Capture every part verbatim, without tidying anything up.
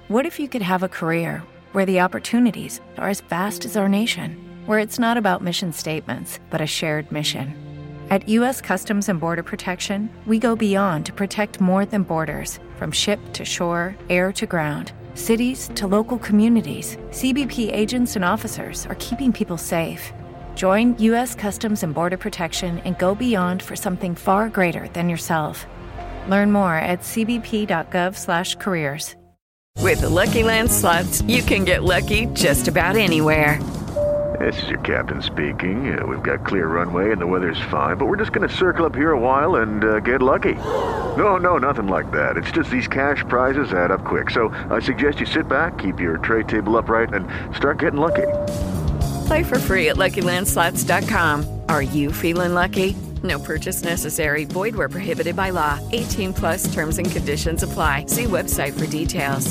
What if you could have a career where the opportunities are as vast as our nation, where it's not about mission statements, but a shared mission? At U S Customs and Border Protection, we go beyond to protect more than borders. From ship to shore, air to ground, cities to local communities, C B P agents and officers are keeping people safe. Join U S Customs and Border Protection and go beyond for something far greater than yourself. Learn more at c b p dot gov slash careers. With the Lucky Land Slots, you can get lucky just about anywhere. This is your captain speaking. Uh, we've got clear runway and the weather's fine, but we're just going to circle up here a while and uh, get lucky. No, no, nothing like that. It's just these cash prizes add up quick. So I suggest you sit back, keep your tray table upright, and start getting lucky. Play for free at lucky land slots dot com. Are you feeling lucky? No purchase necessary. Void where prohibited by law. eighteen plus terms and conditions apply. See website for details.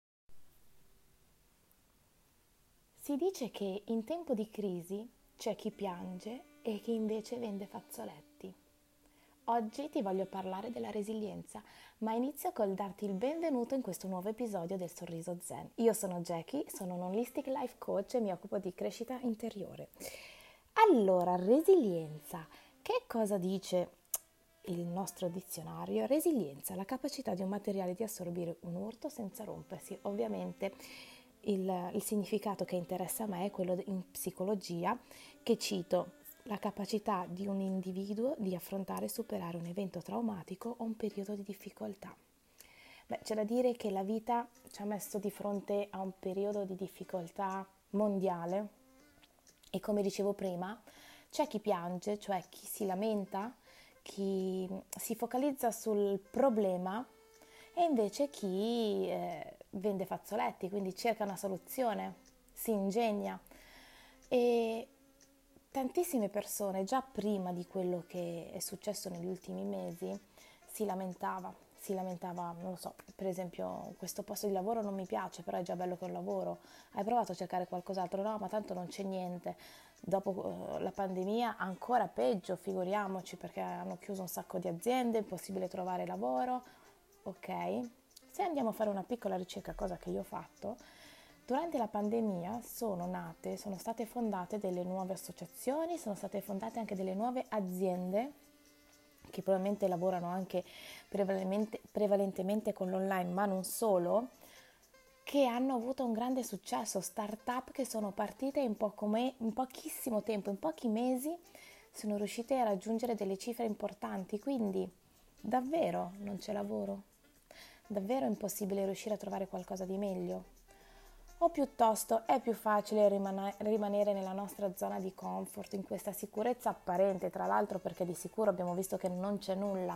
Si dice che in tempo di crisi c'è chi piange e chi invece vende fazzoletti. Oggi ti voglio parlare della resilienza, ma inizio col darti il benvenuto in questo nuovo episodio del Sorriso Zen. Io sono Jackie, sono un Holistic Life Coach e mi occupo di crescita interiore. Allora, resilienza. Che cosa dice il nostro dizionario? Resilienza, la capacità di un materiale di assorbire un urto senza rompersi. Ovviamente il, il significato che interessa a me è quello in psicologia, che cito: la capacità di un individuo di affrontare e superare un evento traumatico o un periodo di difficoltà. Beh, c'è da dire che la vita ci ha messo di fronte a un periodo di difficoltà mondiale e, come dicevo prima, c'è chi piange, cioè chi si lamenta, chi si focalizza sul problema, e invece chi eh, vende fazzoletti, quindi cerca una soluzione, si ingegna. E tantissime persone, già prima di quello che è successo negli ultimi mesi, si lamentava, si lamentava, non lo so, per esempio: questo posto di lavoro non mi piace, però è già bello che un lavoro. Hai provato a cercare qualcos'altro? No, ma tanto non c'è niente. Dopo uh, la pandemia ancora peggio, figuriamoci, perché hanno chiuso un sacco di aziende, è impossibile trovare lavoro. Ok, se andiamo a fare una piccola ricerca, cosa che io ho fatto, durante la pandemia sono nate, sono state fondate delle nuove associazioni, sono state fondate anche delle nuove aziende che probabilmente lavorano anche prevalentemente, prevalentemente con l'online, ma non solo, che hanno avuto un grande successo, start-up che sono partite in, poco me, in pochissimo tempo, in pochi mesi sono riuscite a raggiungere delle cifre importanti. Quindi davvero non c'è lavoro? Davvero è impossibile riuscire a trovare qualcosa di meglio? O piuttosto è più facile rimane- rimanere nella nostra zona di comfort, in questa sicurezza apparente, tra l'altro, perché di sicuro abbiamo visto che non c'è nulla,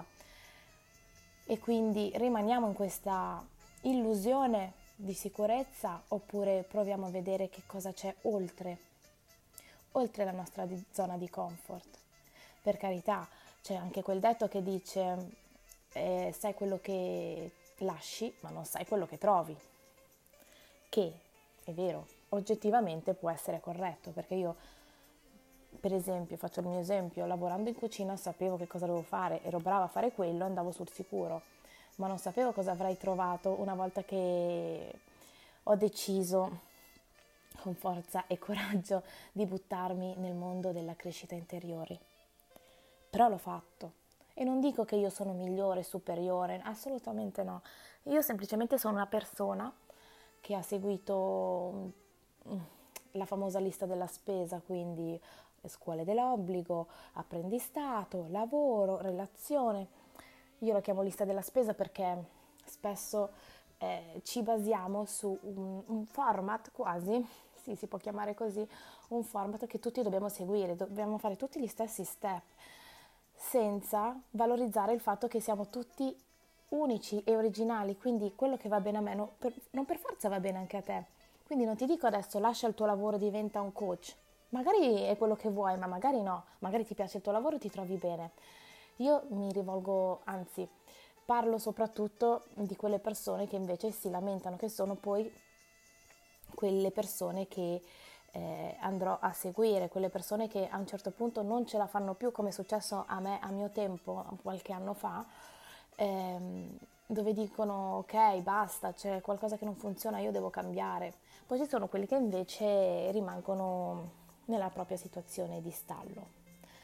e quindi rimaniamo in questa illusione di sicurezza, oppure proviamo a vedere che cosa c'è oltre, oltre la nostra di- zona di comfort? Per carità, c'è anche quel detto che dice eh, sai quello che lasci, ma non sai quello che trovi, che è vero, oggettivamente può essere corretto, perché io, per esempio, faccio il mio esempio, lavorando in cucina sapevo che cosa dovevo fare, ero brava a fare quello, andavo sul sicuro, ma non sapevo cosa avrei trovato una volta che ho deciso con forza e coraggio di buttarmi nel mondo della crescita interiore. Però l'ho fatto, e non dico che io sono migliore, superiore, assolutamente no. Io semplicemente sono una persona che ha seguito la famosa lista della spesa, quindi scuole dell'obbligo, apprendistato, lavoro, relazione. Io lo chiamo lista della spesa perché spesso eh, ci basiamo su un, un format quasi, sì, si può chiamare così, un format che tutti dobbiamo seguire, dobbiamo fare tutti gli stessi step, senza valorizzare il fatto che siamo tutti unici e originali, quindi quello che va bene a me non per, non per forza va bene anche a te. Quindi non ti dico adesso lascia il tuo lavoro, diventa un coach, magari è quello che vuoi, ma magari no, magari ti piace il tuo lavoro e ti trovi bene. Io mi rivolgo, anzi parlo soprattutto di quelle persone che invece si lamentano, che sono poi quelle persone che eh, andrò a seguire, quelle persone che a un certo punto non ce la fanno più, come è successo a me a mio tempo, qualche anno fa, ehm, dove dicono ok, basta, c'è qualcosa che non funziona, io devo cambiare. Poi ci sono quelli che invece rimangono nella propria situazione di stallo.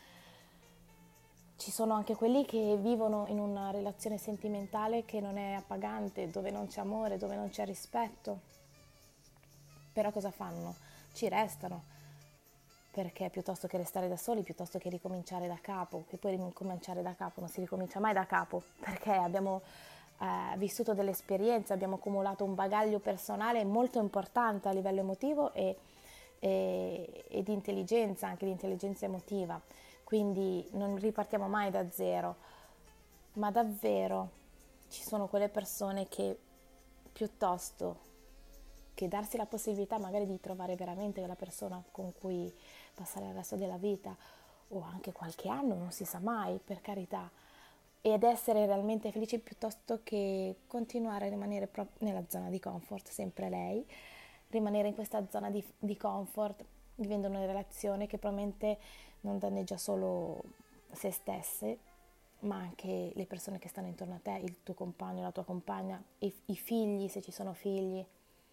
Ci sono anche quelli che vivono in una relazione sentimentale che non è appagante, dove non c'è amore, dove non c'è rispetto. Però cosa fanno? Ci restano, perché piuttosto che restare da soli, piuttosto che ricominciare da capo, che poi ricominciare da capo non si ricomincia mai da capo, perché abbiamo eh, vissuto delle esperienze, abbiamo accumulato un bagaglio personale molto importante a livello emotivo e, e, e di intelligenza, anche di intelligenza emotiva. Quindi non ripartiamo mai da zero, ma davvero ci sono quelle persone che piuttosto che darsi la possibilità magari di trovare veramente la persona con cui passare il resto della vita o anche qualche anno, non si sa mai, per carità, ed essere realmente felici piuttosto che continuare a rimanere proprio nella zona di comfort, sempre lei, rimanere in questa zona di, di comfort, vivendo una relazione che probabilmente non danneggia solo se stesse, ma anche le persone che stanno intorno a te, il tuo compagno, la tua compagna, i, i figli, se ci sono figli.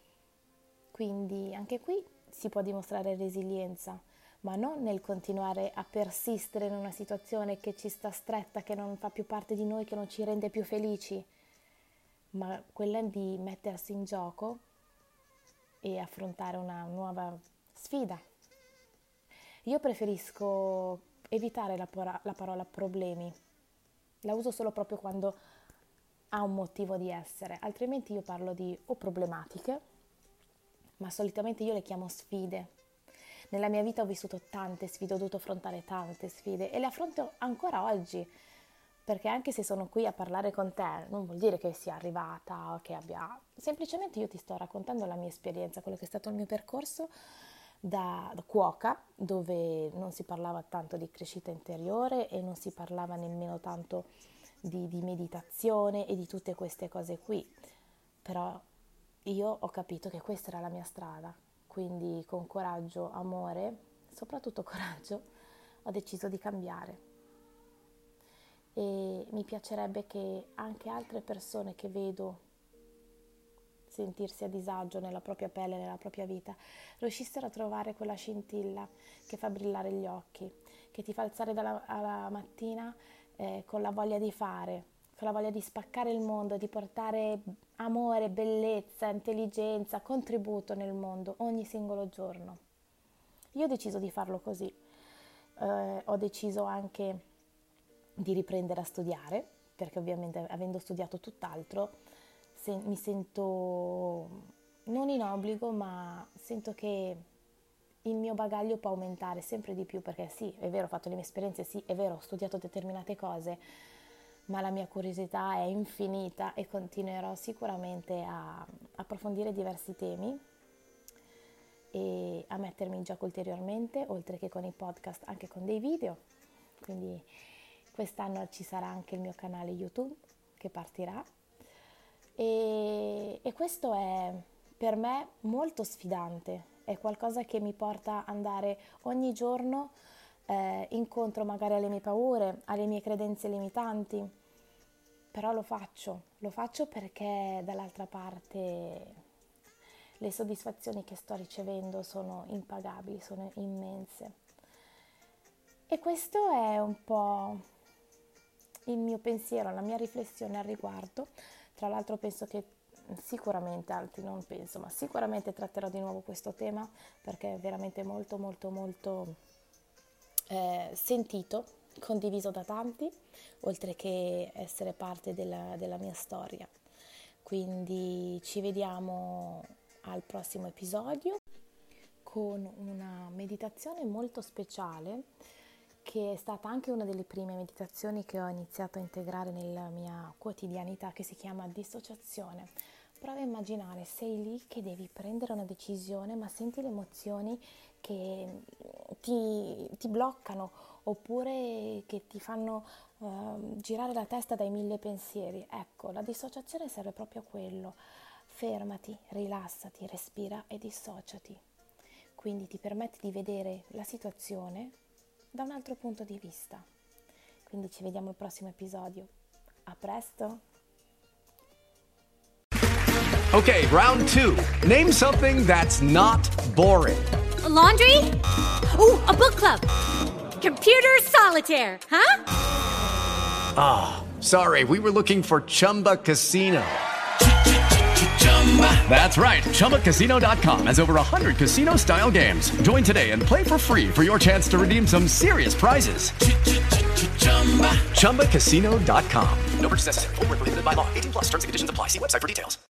Quindi anche qui si può dimostrare resilienza, ma non nel continuare a persistere in una situazione che ci sta stretta, che non fa più parte di noi, che non ci rende più felici, ma quella di mettersi in gioco e affrontare una nuova sfida. Io preferisco evitare la, por- la parola problemi, la uso solo proprio quando ha un motivo di essere, altrimenti io parlo di o problematiche, ma solitamente io le chiamo sfide. Nella mia vita ho vissuto tante sfide, ho dovuto affrontare tante sfide e le affronto ancora oggi, perché anche se sono qui a parlare con te non vuol dire che sia arrivata o che abbia... Semplicemente io ti sto raccontando la mia esperienza, quello che è stato il mio percorso da, da cuoca, dove non si parlava tanto di crescita interiore e non si parlava nemmeno tanto di, di meditazione e di tutte queste cose qui. Però io ho capito che questa era la mia strada, quindi con coraggio, amore, soprattutto coraggio, ho deciso di cambiare. E mi piacerebbe che anche altre persone che vedo sentirsi a disagio nella propria pelle, nella propria vita, riuscissero a trovare quella scintilla che fa brillare gli occhi, che ti fa alzare dalla alla mattina eh, con la voglia di fare, con la voglia di spaccare il mondo, di portare amore, bellezza, intelligenza, contributo nel mondo ogni singolo giorno. Io ho deciso di farlo così, eh, ho deciso anche di riprendere a studiare, perché ovviamente avendo studiato tutt'altro se, mi sento non in obbligo, ma sento che il mio bagaglio può aumentare sempre di più, perché sì, è vero, ho fatto le mie esperienze, sì, è vero, ho studiato determinate cose, ma la mia curiosità è infinita e continuerò sicuramente a approfondire diversi temi e a mettermi in gioco ulteriormente, oltre che con i podcast, anche con dei video. Quindi quest'anno ci sarà anche il mio canale YouTube che partirà e, e questo è per me molto sfidante, è qualcosa che mi porta ad andare ogni giorno eh, incontro magari alle mie paure, alle mie credenze limitanti, però lo faccio, lo faccio perché dall'altra parte le soddisfazioni che sto ricevendo sono impagabili, sono immense. E questo è un po' il mio pensiero, la mia riflessione al riguardo. Tra l'altro penso che sicuramente, altri non penso, ma sicuramente tratterò di nuovo questo tema perché è veramente molto molto molto eh, sentito, condiviso da tanti, oltre che essere parte della, della mia storia. Quindi ci vediamo al prossimo episodio con una meditazione molto speciale che è stata anche una delle prime meditazioni che ho iniziato a integrare nella mia quotidianità, che si chiama dissociazione. Prova a immaginare, sei lì che devi prendere una decisione ma senti le emozioni che ti, ti bloccano oppure che ti fanno uh, girare la testa dai mille pensieri. Ecco, la dissociazione serve proprio a quello. Fermati, rilassati, respira e dissociati. Quindi ti permette di vedere la situazione da un altro punto di vista. Quindi ci vediamo al prossimo episodio. A presto! Okay, round two. Name something that's not boring. A laundry? Ooh, a book club. Computer solitaire, huh? Ah, oh, sorry, we were looking for Chumba Casino. That's right, Chumba Casino dot com has over one hundred casino-style games. Join today and play for free for your chance to redeem some serious prizes. Chumba Casino dot com. No purchase necessary. Void where prohibited by law. eighteen plus terms and conditions apply. See website for details.